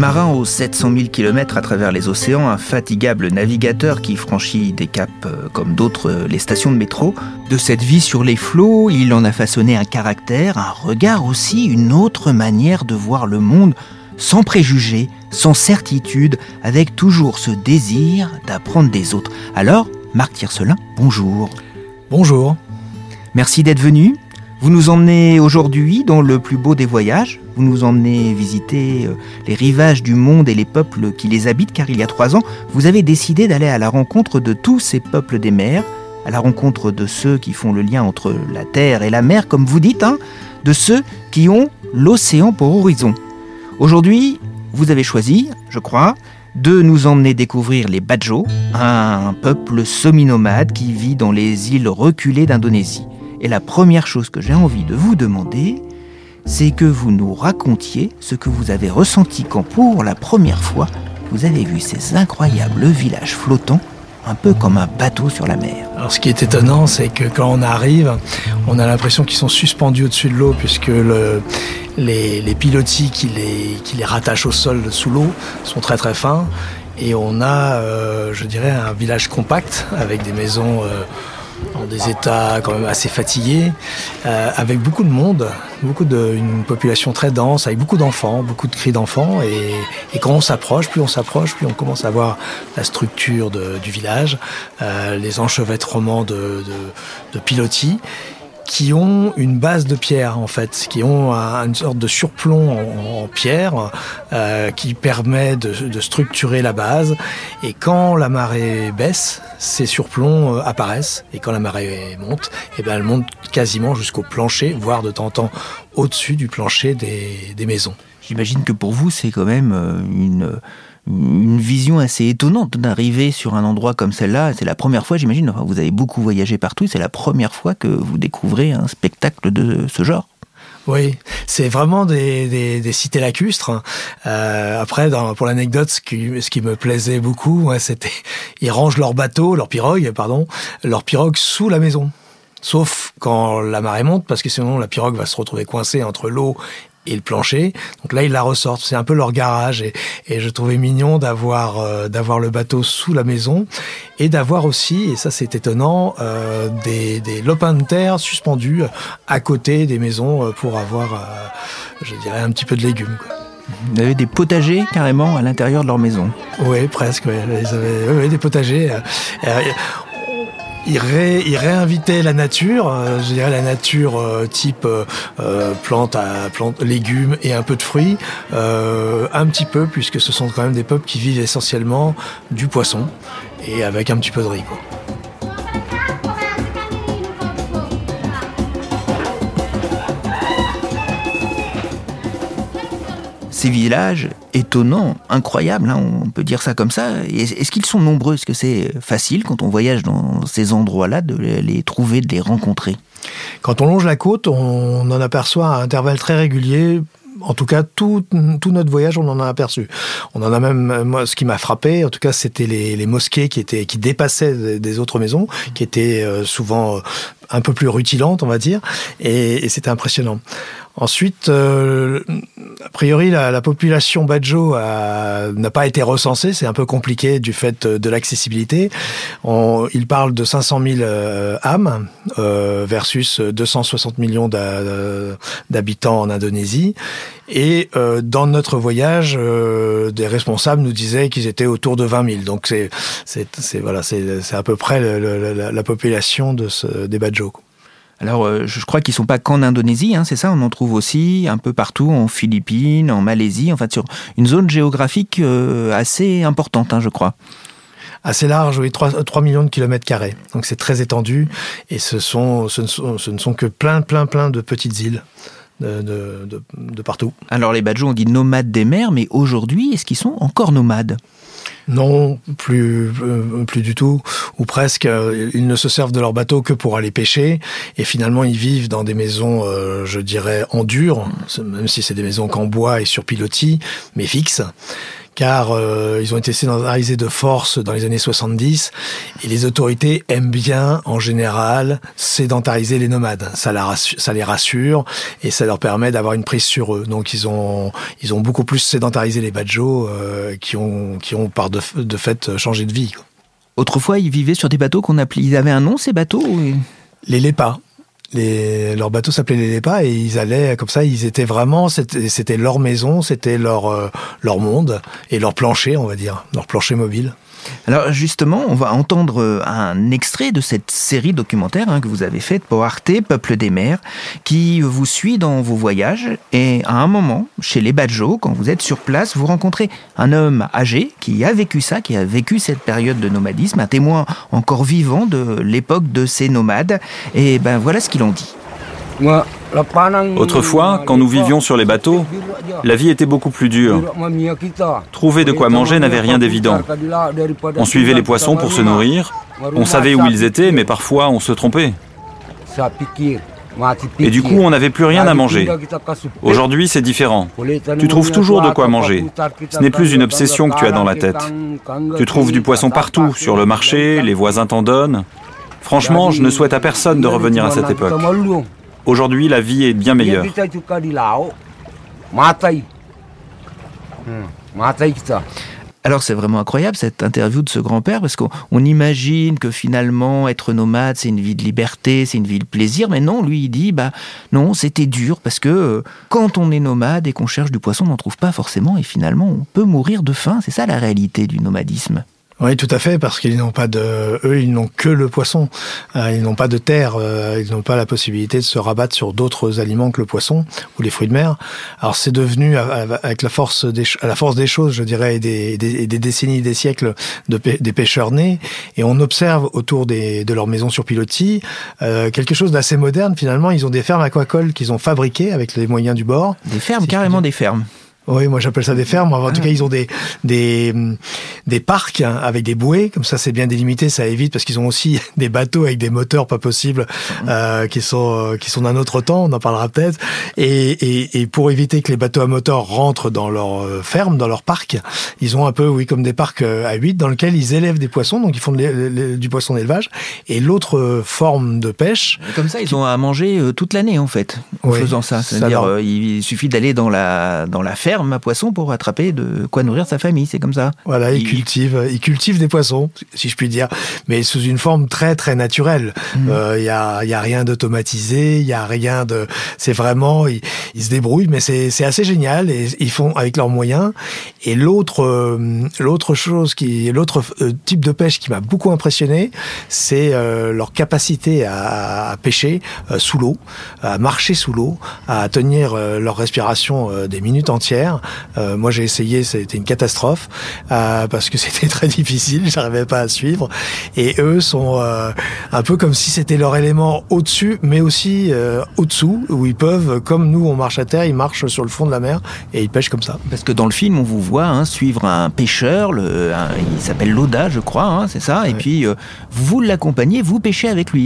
marin aux 700 000 km à travers les océans, infatigable navigateur qui franchit des caps comme d'autres les stations de métro. De cette vie sur les flots, il en a façonné un caractère, un regard aussi, une autre manière de voir le monde, sans préjugés, sans certitude, avec toujours ce désir d'apprendre des autres. Alors, Marc Tiercelin, bonjour. Bonjour. Merci d'être venu. Vous nous emmenez aujourd'hui dans le plus beau des voyages. Vous nous emmenez visiter les rivages du monde et les peuples qui les habitent, car il y a 3 ans, vous avez décidé d'aller à la rencontre de tous ces peuples des mers, à la rencontre de ceux qui font le lien entre la terre et la mer, comme vous dites, de ceux qui ont l'océan pour horizon. Aujourd'hui, vous avez choisi, je crois, de nous emmener découvrir les Badjo, un peuple semi-nomade qui vit dans les îles reculées d'Indonésie. Et la première chose que j'ai envie de vous demander, c'est que vous nous racontiez ce que vous avez ressenti quand, pour la première fois, vous avez vu ces incroyables villages flottants, un peu comme un bateau sur la mer. Alors ce qui est étonnant, c'est que quand on arrive, on a l'impression qu'ils sont suspendus au-dessus de l'eau, puisque les pilotis qui les rattachent au sol sous l'eau sont très très fins. Et on a, je dirais, un village compact, avec des maisons dans des états quand même assez fatigués, avec beaucoup de monde, une population très dense, avec beaucoup d'enfants, beaucoup de cris d'enfants. Et quand on s'approche, plus on commence à voir la structure du village, les enchevêtrements de pilotis, qui ont une base de pierre en fait, qui ont une sorte de surplomb en pierre qui permet de structurer la base. Et quand la marée baisse, ces surplombs apparaissent. Et quand la marée monte, elle monte quasiment jusqu'au plancher, voire de temps en temps au-dessus du plancher des maisons. J'imagine que pour vous, c'est quand même une vision assez étonnante d'arriver sur un endroit comme celle-là. C'est la première fois, j'imagine, vous avez beaucoup voyagé partout, c'est la première fois que vous découvrez un spectacle de ce genre. Oui, c'est vraiment des cités lacustres. Après, pour l'anecdote, ce qui me plaisait beaucoup, c'était ils rangent leur pirogue sous la maison. Sauf quand la marée monte, parce que sinon la pirogue va se retrouver coincée entre l'eau et le plancher. Donc là, ils la ressortent. C'est un peu leur garage. Et je trouvais mignon d'avoir le bateau sous la maison et d'avoir aussi, et ça c'est étonnant, des lopins de terre suspendus à côté des maisons pour avoir, je dirais, un petit peu de légumes, quoi. Vous avez des potagers carrément à l'intérieur de leur maison. Oui, presque. Oui. Ils avaient des potagers. Il réinvitait la nature, je dirais la nature type plantes, légumes et un peu de fruits, un petit peu, puisque ce sont quand même des peuples qui vivent essentiellement du poisson et avec un petit peu de riz, quoi. Ces villages étonnants, incroyables, on peut dire ça comme ça. Est-ce qu'ils sont nombreux ? Est-ce que c'est facile, quand on voyage dans ces endroits-là, de les trouver, de les rencontrer ? Quand on longe la côte, on en aperçoit à intervalles très réguliers. En tout cas, tout notre voyage, on en a aperçu. On en a même, moi, ce qui m'a frappé, en tout cas, c'était les mosquées qui dépassaient des autres maisons, qui étaient souvent un peu plus rutilantes, on va dire, et c'était impressionnant. Ensuite, a priori, la population Badjo n'a pas été recensée. C'est un peu compliqué du fait de l'accessibilité. Il parle de 500 000 âmes versus 260 millions d'habitants en Indonésie. Et dans notre voyage, des responsables nous disaient qu'ils étaient autour de 20 000. Donc c'est à peu près la population des Badjo. Alors, je crois qu'ils ne sont pas qu'en Indonésie, c'est ça ? On en trouve aussi un peu partout, en Philippines, en Malaisie, en fait, sur une zone géographique assez importante, je crois. Assez large, oui, 3 millions de kilomètres carrés. Donc c'est très étendu, et ce ne sont que plein de petites îles de partout. Alors les Badjo, on dit nomades des mers, mais aujourd'hui, est-ce qu'ils sont encore nomades ? Non, plus du tout, ou presque. Ils ne se servent de leur bateau que pour aller pêcher, et finalement ils vivent dans des maisons, je dirais, en dur, même si c'est des maisons qu'en bois et sur pilotis, mais fixes, car ils ont été sédentarisés de force dans les années 70 et les autorités aiment bien, en général, sédentariser les nomades. Ça les rassure et ça leur permet d'avoir une prise sur eux. Donc ils ont beaucoup plus sédentarisé les Badjo qui ont par de fait changé de vie, quoi. Autrefois, ils vivaient sur des bateaux ils avaient un nom, ces bateaux? Les Lépas. Leurs bateaux s'appelaient les Lépas et ils allaient comme ça, ils étaient vraiment, c'était leur maison, c'était leur monde et leur plancher, on va dire, leur plancher mobile. Alors justement, on va entendre un extrait de cette série documentaire que vous avez faite pour Arte, Peuple des mers, qui vous suit dans vos voyages. Et à un moment, chez les Badjo, quand vous êtes sur place, vous rencontrez un homme âgé qui a vécu ça, qui a vécu cette période de nomadisme, un témoin encore vivant de l'époque de ces nomades. Et ben voilà ce qu'il en dit. Autrefois, quand nous vivions sur les bateaux, la vie était beaucoup plus dure. Trouver de quoi manger n'avait rien d'évident. On suivait les poissons pour se nourrir, on savait où ils étaient, mais parfois on se trompait. Et du coup, on n'avait plus rien à manger. Aujourd'hui, c'est différent. Tu trouves toujours de quoi manger. Ce n'est plus une obsession que tu as dans la tête. Tu trouves du poisson partout, sur le marché, les voisins t'en donnent. Franchement, je ne souhaite à personne de revenir à cette époque. Aujourd'hui, la vie est bien meilleure. Alors c'est vraiment incroyable cette interview de ce grand-père, parce qu'on imagine que finalement être nomade c'est une vie de liberté, c'est une vie de plaisir, mais non, lui il dit non, c'était dur parce que quand on est nomade et qu'on cherche du poisson on n'en trouve pas forcément et finalement on peut mourir de faim, c'est ça la réalité du nomadisme. Oui, tout à fait, parce qu'ils n'ont ils n'ont que le poisson. Ils n'ont pas de terre. Ils n'ont pas la possibilité de se rabattre sur d'autres aliments que le poisson ou les fruits de mer. Alors, c'est devenu, avec la force des choses, je dirais, et des décennies, des siècles des pêcheurs nés. Et on observe autour de leur maison sur pilotis, quelque chose d'assez moderne, finalement. Ils ont des fermes aquacoles qu'ils ont fabriquées avec les moyens du bord. Des fermes, carrément des fermes. Oui, moi j'appelle ça des fermes. En tout cas, ils ont des parcs avec des bouées, comme ça c'est bien délimité, ça évite parce qu'ils ont aussi des bateaux avec des moteurs pas possibles qui sont d'un autre temps, on en parlera peut-être. Et pour éviter que les bateaux à moteur rentrent dans leur ferme, dans leur parc, ils ont un peu comme des parcs à huit dans lesquels ils élèvent des poissons, donc ils font du poisson d'élevage. Et l'autre forme de pêche. Et comme ça, ils ont à manger toute l'année en fait, en faisant ça. C'est-à-dire, il suffit d'aller dans la ferme à poissons pour attraper de quoi nourrir sa famille, c'est comme ça. Voilà, ils cultivent des poissons, si je puis dire, mais sous une forme très très naturelle. Y a rien d'automatisé, il y a rien de, c'est vraiment, ils se débrouillent, mais c'est assez génial et ils font avec leurs moyens. Et l'autre type de pêche qui m'a beaucoup impressionné, c'est leur capacité à pêcher sous l'eau, à marcher sous l'eau, à tenir leur respiration des minutes entières. Moi j'ai essayé, c'était une catastrophe parce que c'était très difficile, j'arrivais pas à suivre. Et eux sont un peu comme si c'était leur élément au-dessus, mais aussi au-dessous, où ils peuvent, comme nous on marche à terre, ils marchent sur le fond de la mer et ils pêchent comme ça. Parce que dans le film on vous voit suivre un pêcheur, il s'appelle Loda je crois, c'est ça, ouais. Et puis vous l'accompagnez, vous pêchez avec lui,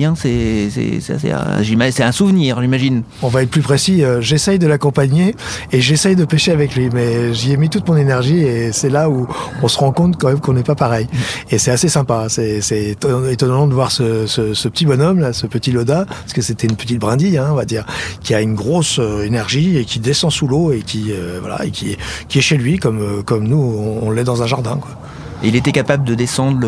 c'est un souvenir j'imagine. On va être plus précis, j'essaye de l'accompagner et j'essaye de pêcher avec lui, mais j'y ai mis toute mon énergie et c'est là où on se rend compte quand même qu'on n'est pas pareil. Et c'est assez sympa, c'est étonnant de voir ce petit bonhomme là, ce petit Loda, parce que c'était une petite brindille, on va dire, qui a une grosse énergie et qui descend sous l'eau et qui est chez lui comme nous on l'est dans un jardin, quoi. Il était capable de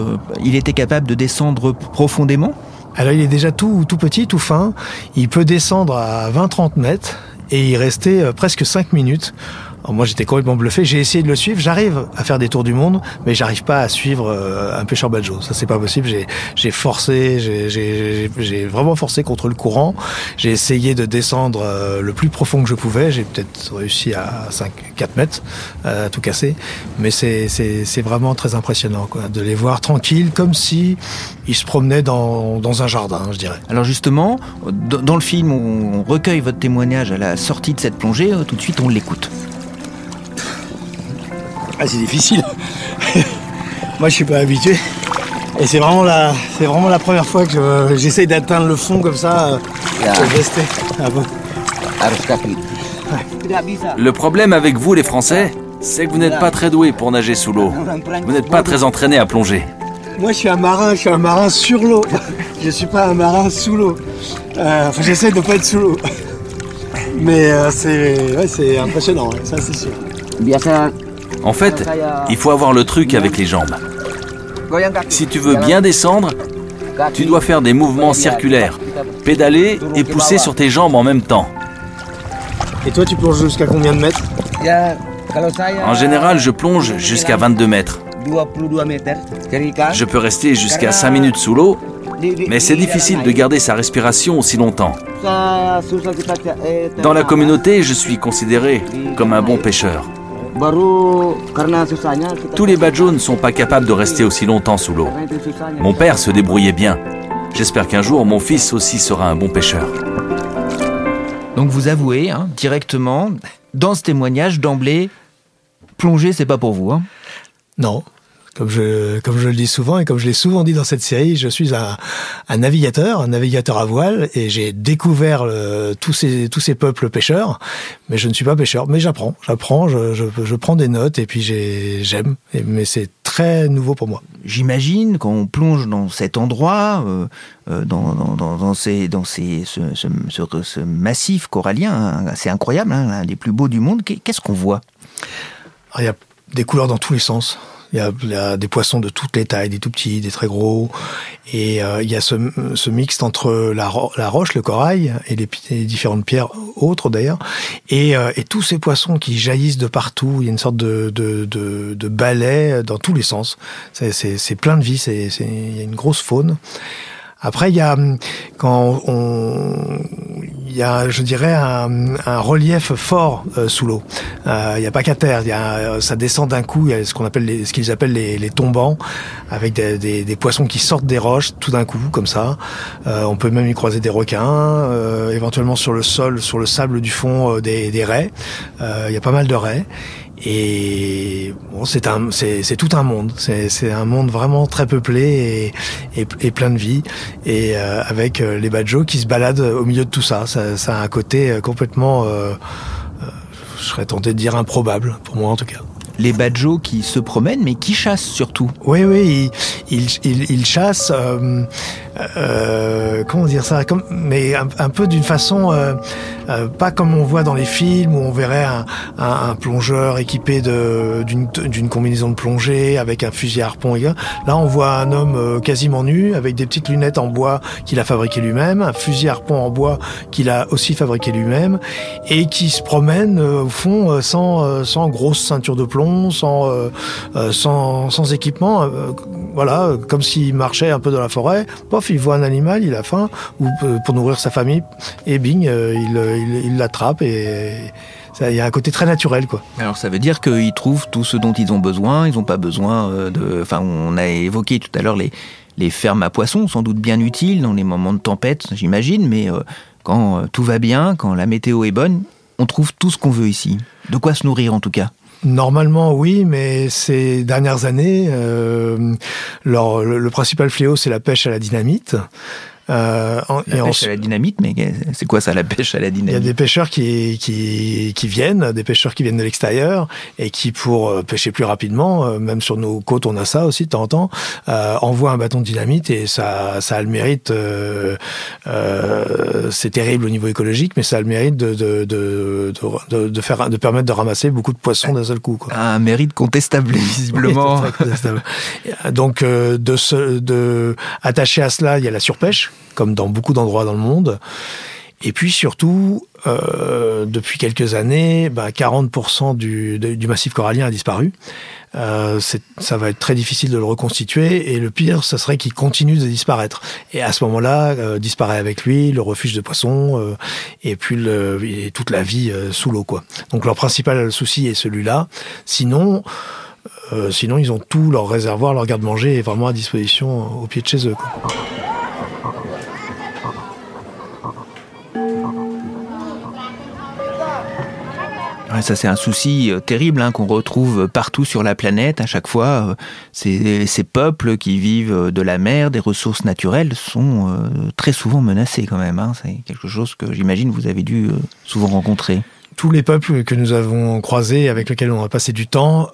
descendre profondément. Alors il est déjà tout petit, tout fin. Il peut descendre à 20-30 mètres et y rester presque 5 minutes. Alors moi j'étais complètement bluffé, j'ai essayé de le suivre, j'arrive à faire des tours du monde, mais j'arrive pas à suivre un pêcheur badjo, ça c'est pas possible, j'ai forcé, j'ai vraiment forcé contre le courant, j'ai essayé de descendre le plus profond que je pouvais, j'ai peut-être réussi à 4 mètres, à tout casser, mais c'est vraiment très impressionnant, quoi, de les voir tranquilles, comme si ils se promenaient dans un jardin, je dirais. Alors justement, dans le film, on recueille votre témoignage à la sortie de cette plongée, tout de suite on l'écoute. Ah, c'est difficile. Moi, je suis pas habitué. Et c'est vraiment la première fois que j'essaye d'atteindre le fond comme ça. Le problème avec vous, les Français, c'est que vous n'êtes pas très doué pour nager sous l'eau. Vous n'êtes pas très entraîné à plonger. Moi, je suis un marin sur l'eau. Je ne suis pas un marin sous l'eau. J'essaie de ne pas être sous l'eau. Mais c'est impressionnant, ça c'est sûr. En fait, il faut avoir le truc avec les jambes. Si tu veux bien descendre, tu dois faire des mouvements circulaires, pédaler et pousser sur tes jambes en même temps. Et toi, tu plonges jusqu'à combien de mètres? En général, je plonge jusqu'à 22 mètres. Je peux rester jusqu'à 5 minutes sous l'eau, mais c'est difficile de garder sa respiration aussi longtemps. Dans la communauté, je suis considéré comme un bon pêcheur. Tous les Badjo ne sont pas capables de rester aussi longtemps sous l'eau. Mon père se débrouillait bien. J'espère qu'un jour, mon fils aussi sera un bon pêcheur. Donc vous avouez directement, dans ce témoignage d'emblée, plonger, c'est pas pour vous. Non. Comme je le dis souvent et comme je l'ai souvent dit dans cette série, je suis un navigateur à voile et j'ai découvert tous ces peuples pêcheurs, mais je ne suis pas pêcheur. Mais j'apprends, je prends des notes et puis j'aime, mais c'est très nouveau pour moi. J'imagine quand on plonge dans cet endroit, dans ce massif corallien, c'est incroyable, l'un des plus beaux du monde. Qu'est-ce qu'on voit? Il y a des couleurs dans tous les sens. Il y a des poissons de toutes les tailles, des tout petits, des très gros. Et il y a ce mixte entre la roche, le corail, et les différentes pierres autres d'ailleurs. Et tous ces poissons qui jaillissent de partout. Il y a une sorte de balai dans tous les sens. C'est plein de vie, il y a une grosse faune. Après, il y a je dirais, un relief fort sous l'eau. Il n'y a pas qu'à terre. Ça descend d'un coup. Il y a ce qu'ils appellent les tombants, avec des poissons qui sortent des roches tout d'un coup, comme ça. On peut même y croiser des requins. Éventuellement sur le sol, sur le sable du fond, des raies. Il y a pas mal de raies. Et bon, c'est tout un monde. C'est un monde vraiment très peuplé et plein de vie. Et avec les Badjo qui se baladent au milieu de tout ça. Ça a un côté complètement, je serais tenté de dire improbable, pour moi en tout cas. Les Badjo qui se promènent, mais qui chassent surtout. Oui, ils chassent. Comment dire ça, mais un peu d'une façon pas comme on voit dans les films où on verrait un plongeur équipé d'une combinaison de plongée avec un fusil à harpon. Là, on voit un homme quasiment nu avec des petites lunettes en bois qu'il a fabriquées lui-même, un fusil à harpon en bois qu'il a aussi fabriqué lui-même et qui se promène au fond sans grosse ceinture de plomb, sans équipement. Voilà, comme s'il marchait un peu dans la forêt. Pof, il voit un animal, il a faim, ou pour nourrir sa famille, et bing, il l'attrape, et il y a un côté très naturel, quoi. Alors ça veut dire qu'ils trouvent tout ce dont ils ont besoin, ils n'ont pas besoin Enfin, on a évoqué tout à l'heure les fermes à poissons, sans doute bien utiles dans les moments de tempête, j'imagine, mais quand tout va bien, quand la météo est bonne, on trouve tout ce qu'on veut ici. De quoi se nourrir, en tout cas. Normalement, oui, mais ces dernières années, le principal fléau, c'est la pêche à la dynamite. La pêche à la dynamite, mais c'est quoi ça, la pêche à la dynamite? Il y a des pêcheurs qui viennent, des pêcheurs qui viennent de l'extérieur et qui, pour pêcher plus rapidement, même sur nos côtes, on a ça aussi de temps en temps, envoient un bâton de dynamite et ça a le mérite, c'est terrible au niveau écologique, mais ça a le mérite de permettre de ramasser beaucoup de poissons d'un seul coup, quoi. Un mérite contestable, visiblement. Oui, très contestable. Donc, attaché à cela, il y a la surpêche, comme dans beaucoup d'endroits dans le monde. Et puis surtout, depuis quelques années, 40% du massif corallien a disparu. Ça va être très difficile de le reconstituer, et le pire, ça serait qu'il continue de disparaître. Et à ce moment-là, disparaît avec lui le refuge de poissons, et puis et toute la vie sous l'eau, quoi. Donc leur principal souci est celui-là. Sinon, ils ont tout, leur réservoir, leur garde-manger est vraiment à disposition au pied de chez eux, quoi. Ouais, ça, c'est un souci terrible qu'on retrouve partout sur la planète. À chaque fois, ces peuples qui vivent de la mer, des ressources naturelles, sont très souvent menacés quand même. C'est quelque chose que j'imagine vous avez dû souvent rencontrer. tous les peuples que nous avons croisés, avec lesquels on a passé du temps,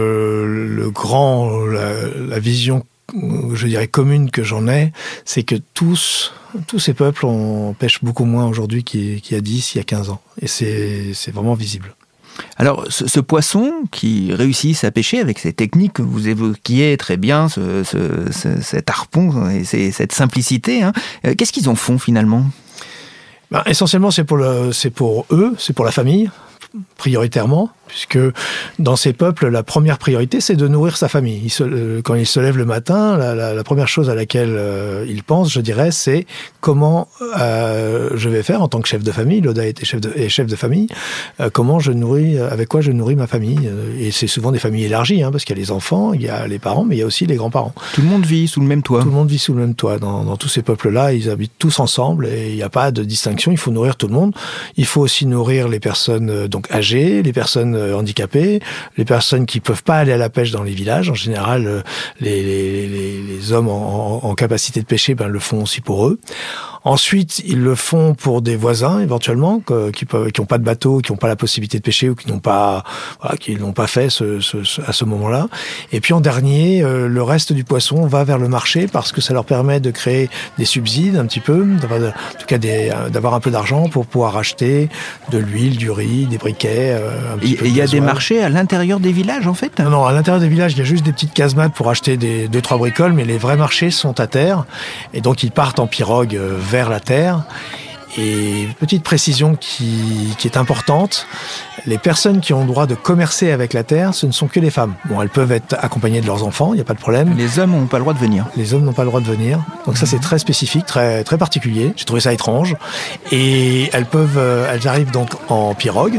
la vision, je dirais, commune que j'en ai, c'est que tous ces peuples pêchent beaucoup moins aujourd'hui qu'il y a 10, il y a 15 ans. Et c'est vraiment visible. Alors, ce poisson qui réussissent à pêcher avec ces techniques que vous évoquiez très bien, cet harpon et cette simplicité, hein, qu'est-ce qu'ils en font finalement ? Essentiellement, c'est pour eux, c'est pour la famille, prioritairement, puisque dans ces peuples, la première priorité, c'est de nourrir sa famille. Quand ils se lèvent le matin, la première chose à laquelle ils pensent, je dirais, c'est comment je vais faire en tant que chef de famille. Loda était chef de famille. Avec quoi je nourris ma famille. Et c'est souvent des familles élargies, hein, parce qu'il y a les enfants, il y a les parents, mais il y a aussi les grands-parents. Tout le monde vit sous le même toit. Tout le monde vit sous le même toit. Dans tous ces peuples-là, ils habitent tous ensemble et il n'y a pas de distinction. Il faut nourrir tout le monde. Il faut aussi nourrir les personnes donc âgées, les personnes handicapés, les personnes qui peuvent pas aller à la pêche dans les villages. En général, les hommes en capacité de pêcher le font aussi pour eux. Ensuite, ils le font pour des voisins, éventuellement, qui n'ont pas de bateau, qui n'ont pas la possibilité de pêcher ou qui n'ont pas fait à ce moment-là. Et puis en dernier, le reste du poisson va vers le marché parce que ça leur permet de créer des subsides un petit peu, d'avoir un peu d'argent pour pouvoir acheter de l'huile, du riz, des briquets. Il y a des marchés à l'intérieur des villages, en fait ? Non, à l'intérieur des villages, il y a juste des petites casemates pour acheter 2-3 bricoles, mais les vrais marchés sont à terre. Et donc, ils partent en pirogue vers la terre. Et petite précision qui est importante, les personnes qui ont le droit de commercer avec la terre, ce ne sont que les femmes. Bon, elles peuvent être accompagnées de leurs enfants, il n'y a pas de problème. Les hommes n'ont pas le droit de venir. Les hommes n'ont pas le droit de venir. Donc ça, c'est très spécifique, très, très particulier. J'ai trouvé ça étrange. Et elles arrivent donc en pirogue,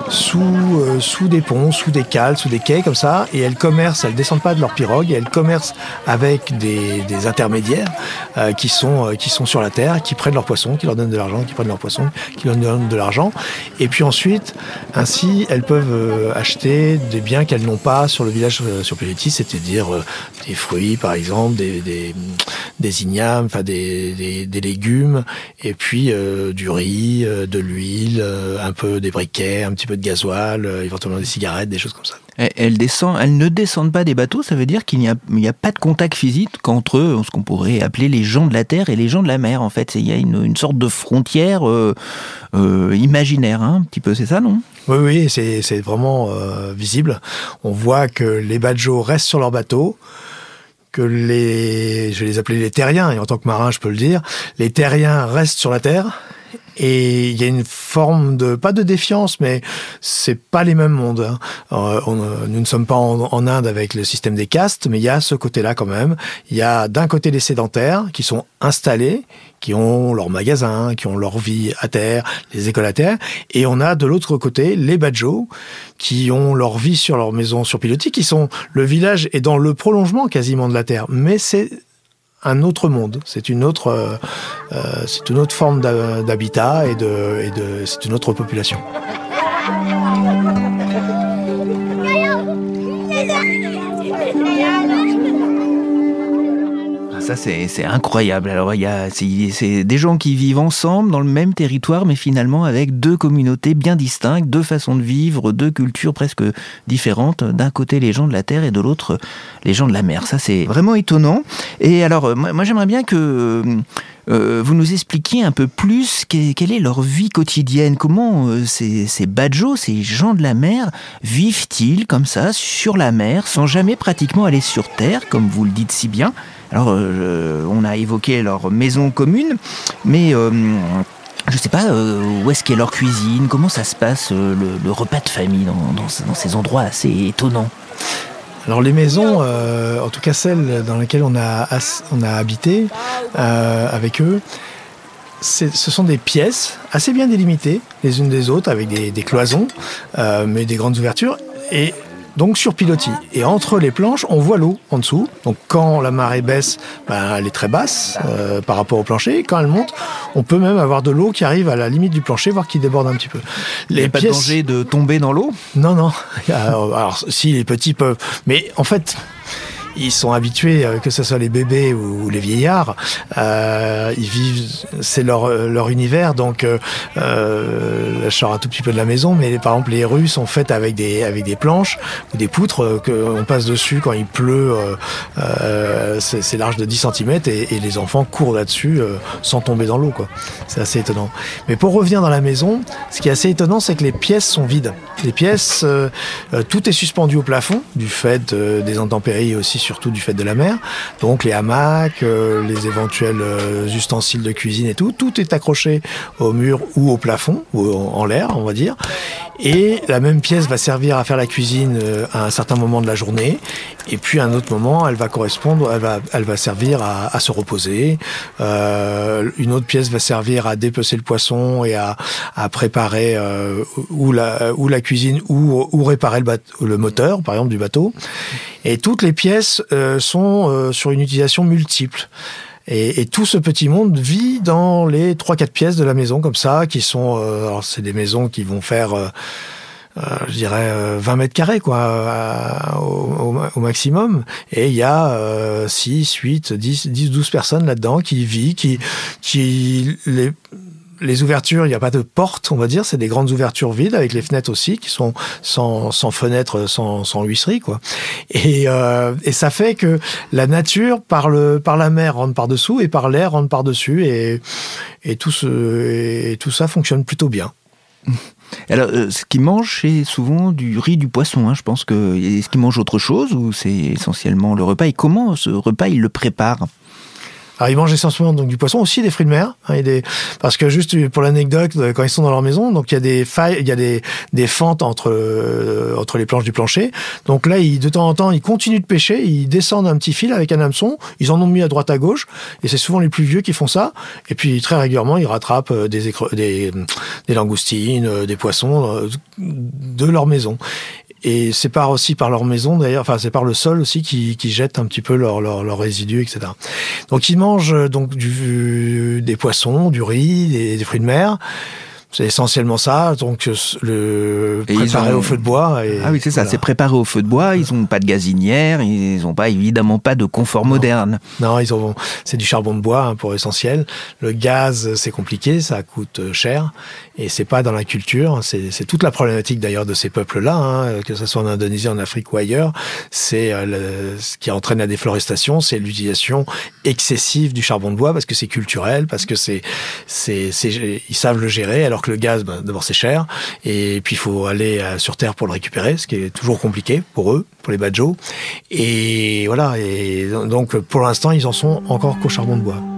sous des ponts, sous des cales, sous des quais comme ça, et elles descendent pas de leur pirogue, et elles commercent avec des intermédiaires qui sont sur la terre, qui prennent leurs poissons, qui leur donnent de l'argent, qui prennent leurs poissons, qui leur donnent de l'argent. Et puis ensuite, ainsi, elles peuvent acheter des biens qu'elles n'ont pas sur le village sur Pilotis, c'est-à-dire des fruits, par exemple, des ignames, enfin des légumes, et puis du riz, de l'huile, un peu des briquets, un petit peu de gasoil, éventuellement des cigarettes, des choses comme ça. Elles ne descendent pas des bateaux, ça veut dire qu'il n'y a pas de contact physique entre ce qu'on pourrait appeler les gens de la terre et les gens de la mer, en fait. Il y a une sorte de frontière imaginaire, hein, un petit peu, c'est ça, non ? Oui, c'est vraiment visible. On voit que les badjos restent sur leur bateau, que je vais les appeler les terriens, et en tant que marin, je peux le dire, les terriens restent sur la terre. Et il y a une forme pas de défiance, mais c'est pas les mêmes mondes. Hein. Nous ne sommes pas en Inde avec le système des castes, mais il y a ce côté-là quand même. Il y a d'un côté les sédentaires qui sont installés, qui ont leur magasin, qui ont leur vie à terre, les écoles à terre. Et on a de l'autre côté les badjos qui ont leur vie sur leur maison sur pilotis, le village est dans le prolongement quasiment de la terre, mais c'est un autre monde, c'est une autre forme d'habitat et c'est une autre population. Ça, c'est incroyable. Alors, c'est des gens qui vivent ensemble dans le même territoire, mais finalement avec deux communautés bien distinctes, deux façons de vivre, deux cultures presque différentes. D'un côté, les gens de la terre et de l'autre, les gens de la mer. Ça, c'est vraiment étonnant. Et alors, moi j'aimerais bien que vous nous expliquiez un peu plus quelle est leur vie quotidienne. Comment ces badjos, ces gens de la mer, vivent-ils comme ça, sur la mer, sans jamais pratiquement aller sur terre, comme vous le dites si bien ? Alors, on a évoqué leur maison commune, mais je ne sais pas où est-ce qu'est leur cuisine, comment ça se passe, le repas de famille dans ces endroits assez étonnants. Alors les maisons, en tout cas celles dans lesquelles on a habité avec eux, ce sont des pièces assez bien délimitées les unes des autres, avec des cloisons, mais des grandes ouvertures, et donc sur pilotis. Et entre les planches, on voit l'eau en dessous. Donc quand la marée baisse, elle est très basse par rapport au plancher. Et quand elle monte, on peut même avoir de l'eau qui arrive à la limite du plancher, voire qui déborde un petit peu. Il n'y a pas de danger de tomber dans l'eau ? Non. Alors si, les petits peuvent. Mais en fait, ils sont habitués, que ce soit les bébés ou les vieillards, ils vivent, c'est leur univers. Donc, je sors un tout petit peu de la maison, mais par exemple les rues sont faites avec des planches ou des poutres qu'on passe dessus quand il pleut. C'est large de 10 cm et les enfants courent là-dessus sans tomber dans l'eau, quoi. C'est assez étonnant. Mais pour revenir dans la maison, ce qui est assez étonnant, c'est que les pièces sont vides. Les pièces, tout est suspendu au plafond du fait des intempéries et aussi surtout du fait de la mer. Donc les hamacs, les éventuels ustensiles de cuisine et tout est accroché au mur ou au plafond ou en l'air, on va dire. Et la même pièce va servir à faire la cuisine à un certain moment de la journée. Et puis à un autre moment, elle va servir à se reposer. Une autre pièce va servir à dépecer le poisson et à préparer ou la cuisine ou réparer le moteur, par exemple, du bateau. Et toutes les pièces sont sur une utilisation multiple. Et tout ce petit monde vit dans les 3-4 pièces de la maison, comme ça, qui sont... alors c'est des maisons qui vont faire, je dirais, 20 mètres carrés, quoi, au maximum. Et il y a 6, 8, 10, 12 personnes là-dedans qui vivent, qui les ouvertures, il n'y a pas de porte, on va dire, c'est des grandes ouvertures vides avec les fenêtres aussi qui sont sans fenêtres, sans huisserie, quoi. Et ça fait que la nature par la mer rentre par-dessous et par l'air rentre par-dessus et tout ça fonctionne plutôt bien. Alors, ce qu'ils mangent, c'est souvent du riz, du poisson, hein. Je pense que est-ce qu'ils mangent autre chose ou c'est essentiellement le repas? Et comment ce repas ils le préparent? Alors, ils mangent essentiellement donc du poisson, aussi des fruits de mer, hein, parce que juste pour l'anecdote, quand ils sont dans leur maison, donc il y a des failles, il y a des fentes entre les planches du plancher. Donc là, de temps en temps, ils continuent de pêcher, ils descendent un petit fil avec un hameçon, ils en ont mis à droite à gauche, et c'est souvent les plus vieux qui font ça. Et puis très régulièrement, ils rattrapent des langoustines, des poissons de leur maison. Et c'est aussi par leur maison d'ailleurs, enfin c'est par le sol aussi qui jettent un petit peu leurs résidus, etc. Donc ils mangent donc des poissons, du riz, des fruits de mer. C'est essentiellement ça, donc préparé au feu de bois. Ah oui, c'est ça, c'est préparé au feu de bois, ils n'ont pas de gazinière, ils n'ont évidemment pas de confort moderne. Non, c'est du charbon de bois, hein, pour essentiel. Le gaz, c'est compliqué, ça coûte cher, et c'est pas dans la culture. C'est toute la problématique d'ailleurs de ces peuples-là, hein, que ce soit en Indonésie, en Afrique ou ailleurs. C'est ce qui entraîne la déforestation, c'est l'utilisation excessive du charbon de bois, parce que c'est culturel, parce que ils savent le gérer, alors que le gaz, d'abord c'est cher, et puis il faut aller sur Terre pour le récupérer, ce qui est toujours compliqué pour eux, pour les badjos. Et voilà, et donc pour l'instant ils en sont encore qu'au charbon de bois.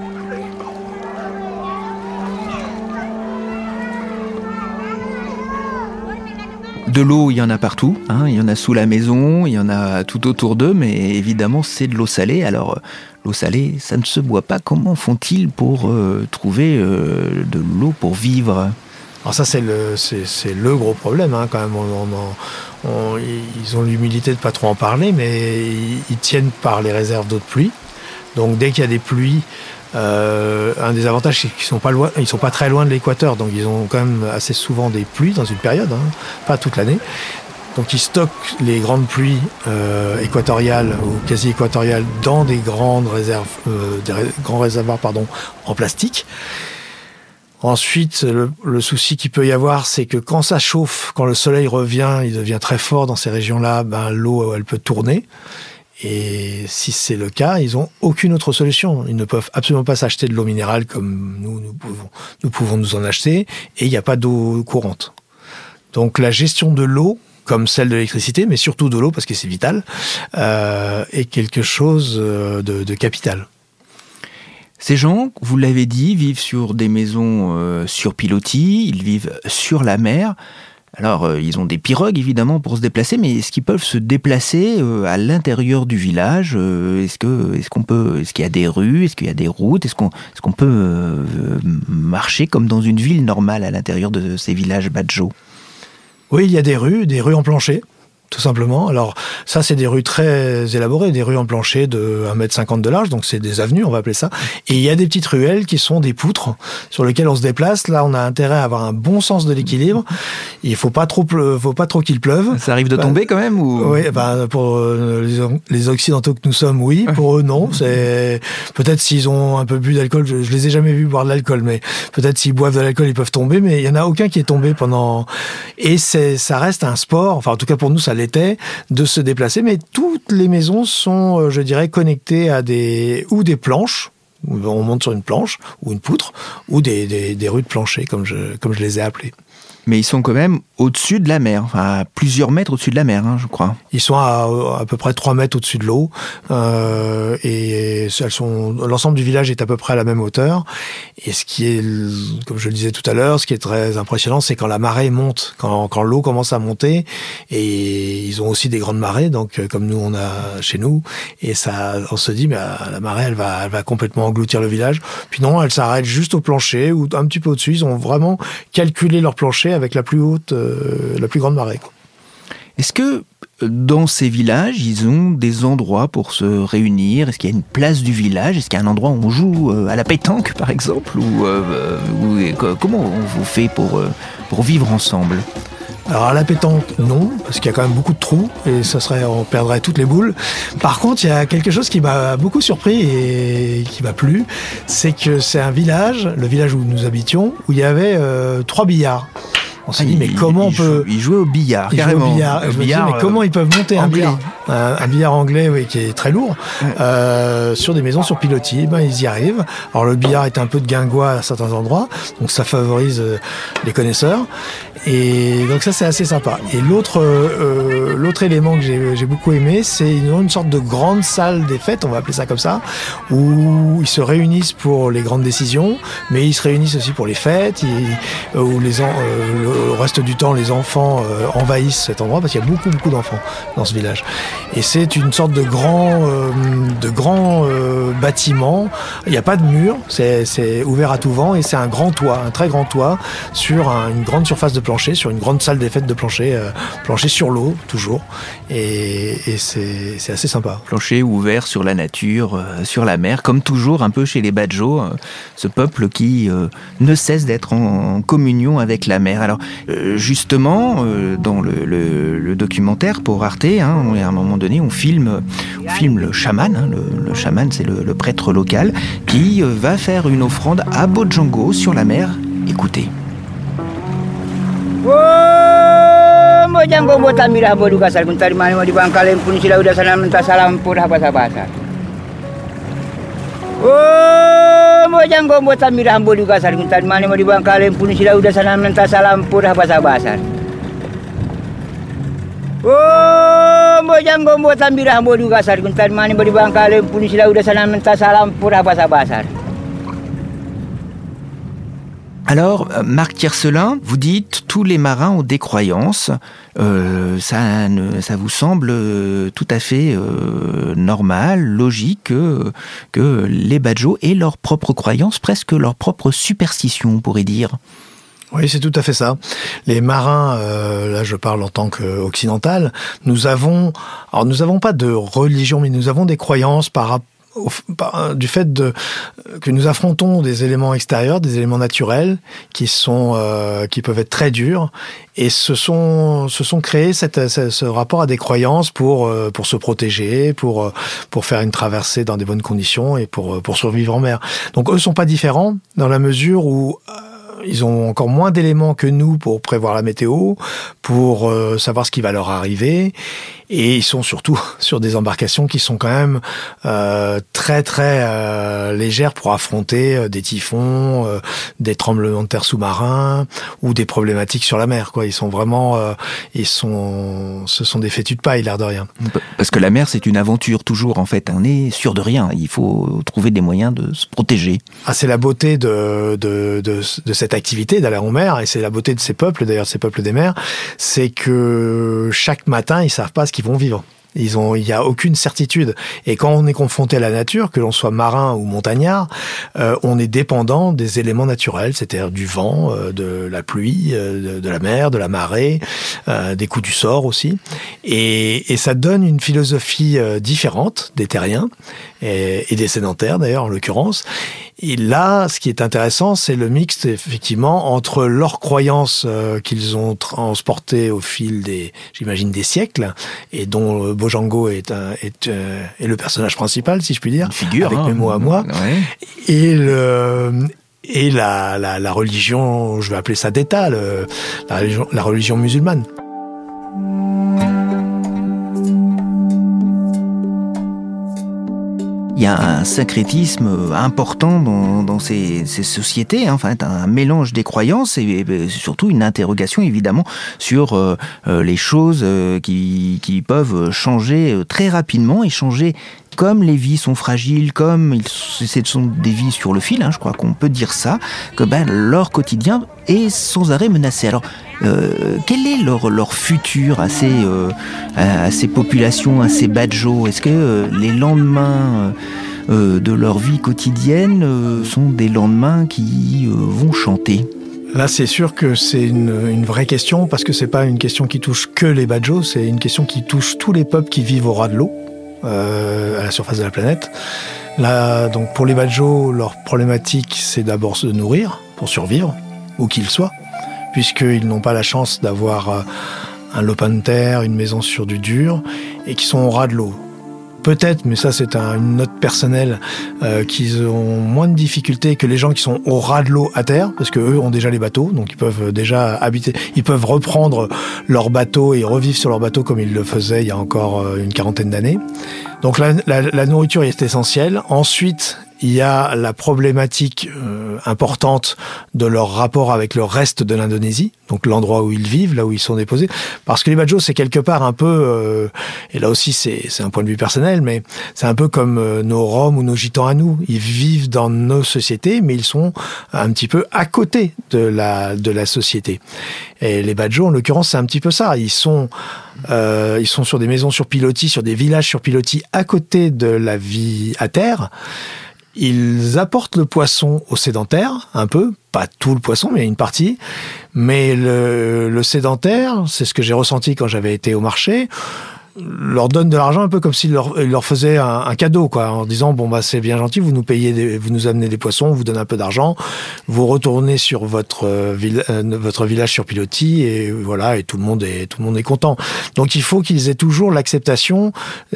De l'eau, il y en a partout, hein. Il y en a sous la maison, il y en a tout autour d'eux, mais évidemment c'est de l'eau salée. Alors l'eau salée, ça ne se boit pas. Comment font-ils pour trouver de l'eau pour vivre? Alors ça c'est le gros problème, hein, quand même. Ils ont l'humilité de pas trop en parler, mais ils tiennent par les réserves d'eau de pluie. Donc dès qu'il y a des pluies, un des avantages, c'est qu'ils sont pas très loin de l'équateur, donc ils ont quand même assez souvent des pluies dans une période, hein, pas toute l'année. Donc ils stockent les grandes pluies équatoriales ou quasi équatoriales dans des grandes réserves, grands réservoirs en plastique. Ensuite, le souci qu'il peut y avoir, c'est que quand ça chauffe, quand le soleil revient, il devient très fort dans ces régions-là, l'eau elle peut tourner. Et si c'est le cas, ils n'ont aucune autre solution. Ils ne peuvent absolument pas s'acheter de l'eau minérale comme nous pouvons nous en acheter, et il n'y a pas d'eau courante. Donc la gestion de l'eau, comme celle de l'électricité, mais surtout de l'eau parce que c'est vital, est quelque chose de capital. Ces gens, vous l'avez dit, vivent sur des maisons sur pilotis, ils vivent sur la mer. Alors, ils ont des pirogues, évidemment, pour se déplacer, mais est-ce qu'ils peuvent se déplacer à l'intérieur du village? Est-ce qu'il y a des rues? Est-ce qu'il y a des routes? Est-ce qu'on peut marcher comme dans une ville normale à l'intérieur de ces villages badjo? Oui, il y a des rues en plancher. tout simplement. Alors ça, c'est des rues très élaborées, des rues en plancher de 1,50 m de large, donc c'est des avenues, on va appeler ça. Et il y a des petites ruelles qui sont des poutres sur lesquelles on se déplace. Là, on a intérêt à avoir un bon sens de l'équilibre. Il faut pas trop qu'il pleuve. Ça arrive de tomber quand même ou... Oui, pour les Occidentaux que nous sommes, oui. Pour eux, non. C'est peut-être s'ils ont un peu bu d'alcool. Je les ai jamais vus boire de l'alcool, mais peut-être s'ils boivent de l'alcool, ils peuvent tomber. Mais il y en a aucun qui est tombé pendant. Et ça reste un sport. Enfin, en tout cas pour nous, ça l'était de se déplacer. Mais toutes les maisons sont, je dirais, connectées à des planches. On monte sur une planche ou une poutre ou des rues de plancher, comme je les ai appelées. Mais ils sont quand même au-dessus de la mer, enfin, à plusieurs mètres au-dessus de la mer, hein, je crois. Ils sont à peu près 3 mètres au-dessus de l'eau, et l'ensemble du village est à peu près à la même hauteur. Et ce qui est, comme je le disais tout à l'heure, ce qui est très impressionnant, c'est quand la marée monte, quand l'eau commence à monter, et ils ont aussi des grandes marées, donc comme nous on a chez nous, et ça, on se dit, mais la marée, elle va complètement engloutir le village. Puis non, elle s'arrête juste au plancher ou un petit peu au-dessus. Ils ont vraiment calculé leur plancher avec la plus grande marée, quoi. Est-ce que dans ces villages, ils ont des endroits pour se réunir? Est-ce qu'il y a une place du village? Est-ce qu'il y a un endroit où on joue à la pétanque, par exemple? Comment on vous fait pour vivre ensemble? Alors à la pétanque, non, parce qu'il y a quand même beaucoup de trous et on perdrait toutes les boules. Par contre, il y a quelque chose qui m'a beaucoup surpris et qui m'a plu, c'est que c'est un village, le village où nous habitions, où il y avait 3 billards. On s'est dit, mais comment on peut... Ils jouaient au billard, carrément. Je me dis, mais comment ils peuvent monter un billard anglais, oui, qui est très lourd, sur des maisons sur pilotis? Ils y arrivent. Alors le billard est un peu de guingois à certains endroits, donc ça favorise les connaisseurs. Et donc ça, c'est assez sympa. Et l'autre élément que j'ai beaucoup aimé, c'est une sorte de grande salle des fêtes, on va appeler ça comme ça, où ils se réunissent pour les grandes décisions, mais ils se réunissent aussi pour les fêtes, où le reste du temps, les enfants envahissent cet endroit, parce qu'il y a beaucoup, beaucoup d'enfants dans ce village. Et c'est une sorte de grand bâtiment. Il n'y a pas de mur, c'est ouvert à tout vent, et c'est un grand toit, un très grand toit, sur une grande surface de plancher, sur une grande salle des fêtes de plancher sur l'eau, toujours. Et c'est assez sympa. Plancher ouvert sur la nature, sur la mer, comme toujours un peu chez les Badjo, ce peuple qui ne cesse d'être en communion avec la mer. Alors justement, dans le documentaire pour Arte, à un moment donné, on filme le chaman. Le chaman, c'est le prêtre local qui va faire une offrande à Bojangles sur la mer. Écoutez. Bojangles buat amirah bodu kasar kuntari mani mau dibangkalin pun sila udah sana minta salam pur habasa-basa. Bojangles buat amirah bodu kasar kuntari mani mau dibangkalin pun sila udah sana minta salam pur habasa-basa. Bojangles buat amirah bodu kasar kuntari mani mau dibangkalin pun sila udah sana minta salam pur habasa-basa. Alors, Marc Tiercelin, vous dites tous les marins ont des croyances. Ça vous semble tout à fait normal, logique que les Badjo aient leurs propres croyances, presque leurs propres superstitions, on pourrait dire. Oui, c'est tout à fait ça. Les marins, là je parle en tant qu'occidental, nous avons pas de religion, mais nous avons des croyances du fait que nous affrontons des éléments extérieurs, des éléments naturels qui peuvent être très durs, et se sont créés ce rapport à des croyances pour se protéger, pour faire une traversée dans des bonnes conditions et pour survivre en mer. Donc eux sont pas différents dans la mesure où ils ont encore moins d'éléments que nous pour prévoir la météo, pour savoir ce qui va leur arriver. Et ils sont surtout sur des embarcations qui sont quand même très très légères pour affronter des typhons, des tremblements de terre sous-marins ou des problématiques sur la mer, quoi. Ils sont vraiment, ce sont des fétus de paille, l'air de rien. Parce que la mer, c'est une aventure toujours, en fait. On n'est sûr de rien. Il faut trouver des moyens de se protéger. Ah, c'est la beauté de cette activité d'aller en mer, et c'est la beauté de ces peuples, d'ailleurs, ces peuples des mers, c'est que chaque matin, ils savent pas ce qu'ils vont vivre. Il y a aucune certitude. Et quand on est confronté à la nature, que l'on soit marin ou montagnard, on est dépendant des éléments naturels, c'est-à-dire du vent, de la pluie, de la mer, de la marée, des coups du sort aussi. Et ça donne une philosophie différente des terriens et des sédentaires d'ailleurs en l'occurrence. Et là, ce qui est intéressant, c'est le mixte effectivement entre leurs croyances qu'ils ont transportées au fil des siècles, et dont Bojangles est le personnage principal, si je puis dire, une figure, avec mes mots à moi, et la religion, je vais appeler ça d'État, la religion musulmane. Il y a un syncrétisme important dans ces sociétés, hein, enfin un mélange des croyances et surtout une interrogation évidemment sur les choses qui peuvent changer très rapidement et changer. Comme les vies sont fragiles, comme ce sont des vies sur le fil, hein, je crois qu'on peut dire ça, que leur quotidien est sans arrêt menacé. Alors, quel est leur futur à ces populations, à ces badjos? Est-ce que les lendemains de leur vie quotidienne sont des lendemains qui vont chanter? Là, c'est sûr que c'est une vraie question, parce que c'est pas une question qui touche que les badjos, c'est une question qui touche tous les peuples qui vivent au ras de l'eau. À la surface de la planète. Là, donc pour les badjos, leur problématique, c'est d'abord se nourrir pour survivre, où qu'ils soient, puisqu'ils n'ont pas la chance d'avoir un lopin de terre, une maison sur du dur, et qui sont au ras de l'eau. Peut-être, mais ça c'est une note personnelle, qu'ils ont moins de difficultés que les gens qui sont au ras de l'eau à terre, parce que eux ont déjà les bateaux, donc ils peuvent déjà habiter, ils peuvent reprendre leur bateau et revivre sur leur bateau comme ils le faisaient il y a encore une quarantaine d'années. Donc la nourriture est essentielle. Ensuite, il y a la problématique importante de leur rapport avec le reste de l'Indonésie, donc l'endroit où ils vivent, là où ils sont déposés. Parce que les badjos, c'est quelque part un peu, et là aussi c'est un point de vue personnel, mais c'est un peu comme nos Roms ou nos Gitans à nous. Ils vivent dans nos sociétés, mais ils sont un petit peu à côté de la société. Et les badjos, en l'occurrence, c'est un petit peu ça. Ils sont sur des maisons sur pilotis, sur des villages sur pilotis, à côté de la vie à terre. Ils apportent le poisson aux sédentaires, un peu, pas tout le poisson, mais une partie. Mais le sédentaire, c'est ce que j'ai ressenti quand j'avais été au marché, leur donne de l'argent un peu comme s'il leur faisait un cadeau, quoi, en disant bon c'est bien gentil, vous nous payez, vous nous amenez des poissons, on vous donne un peu d'argent, vous retournez sur votre village sur pilotis et voilà, et tout le monde est content. Donc il faut qu'ils aient toujours l'acceptation,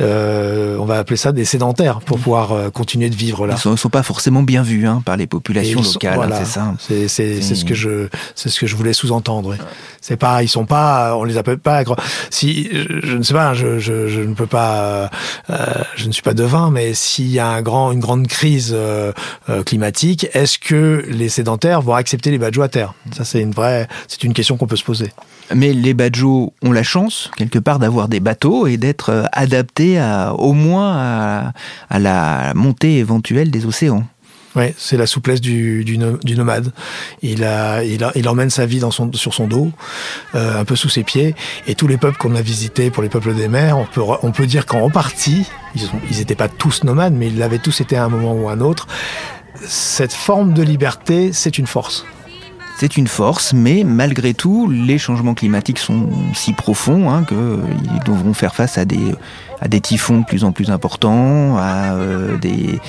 on va appeler ça des sédentaires, pour pouvoir continuer de vivre là. Ils sont pas forcément bien vus par les populations locales, voilà, c'est ça. C'est ce que je voulais sous-entendre. Oui. C'est pas, ils sont pas, on les appelle pas. Si je ne sais pas, je ne peux pas, je ne suis pas devin, mais s'il y a une grande crise climatique, est-ce que les sédentaires vont accepter les badjos à terre? Ça, c'est une question qu'on peut se poser. Mais les badjos ont la chance, quelque part, d'avoir des bateaux et d'être adaptés au moins à la montée éventuelle des océans. Ouais, c'est la souplesse du nomade. Il emmène sa vie sur son dos, un peu sous ses pieds. Et tous les peuples qu'on a visités, pour les peuples des mers, on peut dire qu'en partie, ils n'étaient pas tous nomades, mais ils l'avaient tous été à un moment ou à un autre. Cette forme de liberté, c'est une force. C'est une force, mais malgré tout, les changements climatiques sont si profonds qu'ils devront faire face à des typhons de plus en plus importants, à des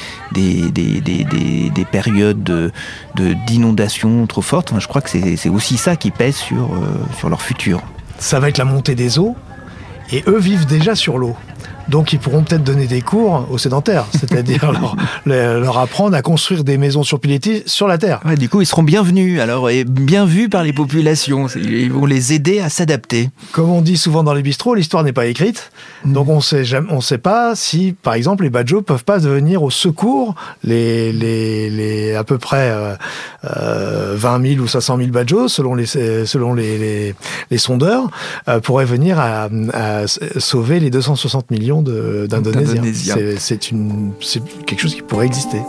périodes d'inondations trop fortes. Enfin, je crois que c'est aussi ça qui pèse sur leur futur. Ça va être la montée des eaux, et eux vivent déjà sur l'eau. Donc ils pourront peut-être donner des cours aux sédentaires, c'est-à-dire leur apprendre à construire des maisons sur pilotis sur la terre. Ouais, du coup, ils seront bienvenus, alors, et bien vus par les populations. Ils vont les aider à s'adapter. Comme on dit souvent dans les bistrots, l'histoire n'est pas écrite. Donc on sait pas si, par exemple, les badjos peuvent pas venir au secours, les à peu près 20 000 ou 500 000 badjos, selon les sondeurs, pourraient venir à sauver les 260 millions d'Indonésiens. C'est quelque chose qui pourrait exister.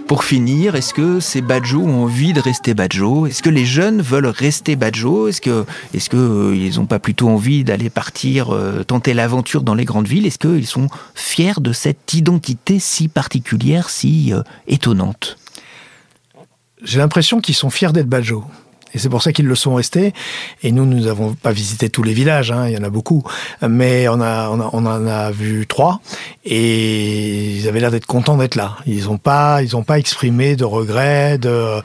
Pour finir, est-ce que ces Badjo ont envie de rester Badjo ? Est-ce que les jeunes veulent rester Badjo ? Est-ce que ils n'ont pas plutôt envie d'aller partir, tenter l'aventure dans les grandes villes ? Est-ce qu'ils sont fiers de cette identité si particulière, si étonnante ? J'ai l'impression qu'ils sont fiers d'être Badjo. Et c'est pour ça qu'ils le sont restés. Et nous n'avons pas visité tous les villages, il y en a beaucoup. Mais on en a vu 3. Et ils avaient l'air d'être contents d'être là. Ils n'ont pas exprimé de regret, de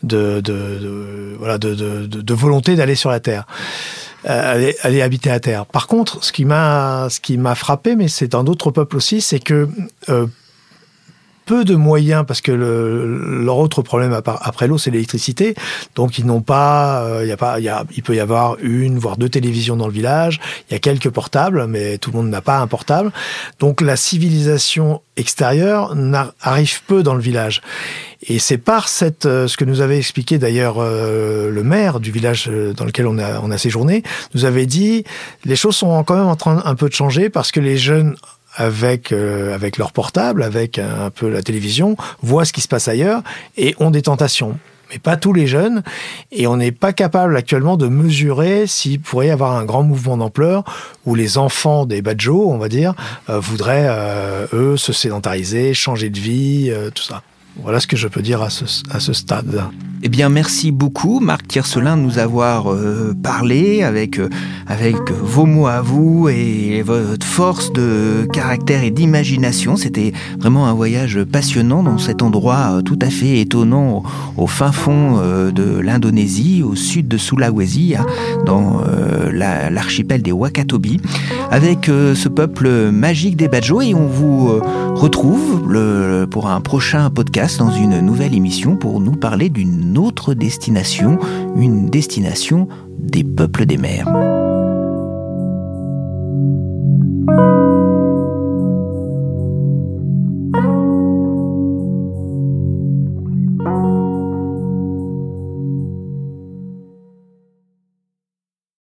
volonté d'aller sur la terre. Aller habiter à terre. Par contre, ce qui m'a frappé, mais c'est dans d'autres peuples aussi, c'est que peu de moyens, parce que leur autre problème après l'eau, c'est l'électricité. Donc ils n'ont pas, il peut y avoir 1 voire 2 télévisions dans le village. Il y a quelques portables, mais tout le monde n'a pas un portable. Donc la civilisation extérieure arrive peu dans le village. Et c'est par ce que nous avait expliqué d'ailleurs le maire du village dans lequel on a séjourné, nous avait dit, les choses sont quand même en train un peu de changer parce que les jeunes avec leur portable, avec un peu la télévision, voient ce qui se passe ailleurs et ont des tentations. Mais pas tous les jeunes. Et on n'est pas capable actuellement de mesurer s'il pourrait y avoir un grand mouvement d'ampleur où les enfants des Badjo, on va dire, voudraient, eux, se sédentariser, changer de vie, tout ça. Voilà ce que je peux dire à ce stade. Eh bien, merci beaucoup, Marc Tiercelin, de nous avoir parlé avec vos mots à vous et votre force de caractère et d'imagination. C'était vraiment un voyage passionnant dans cet endroit tout à fait étonnant au fin fond de l'Indonésie, au sud de Sulawesi, dans l'archipel des Wakatobi, avec ce peuple magique des Badjo. Et on vous retrouve pour un prochain podcast dans une nouvelle émission pour nous parler d'une autre destination, une destination des peuples des mers.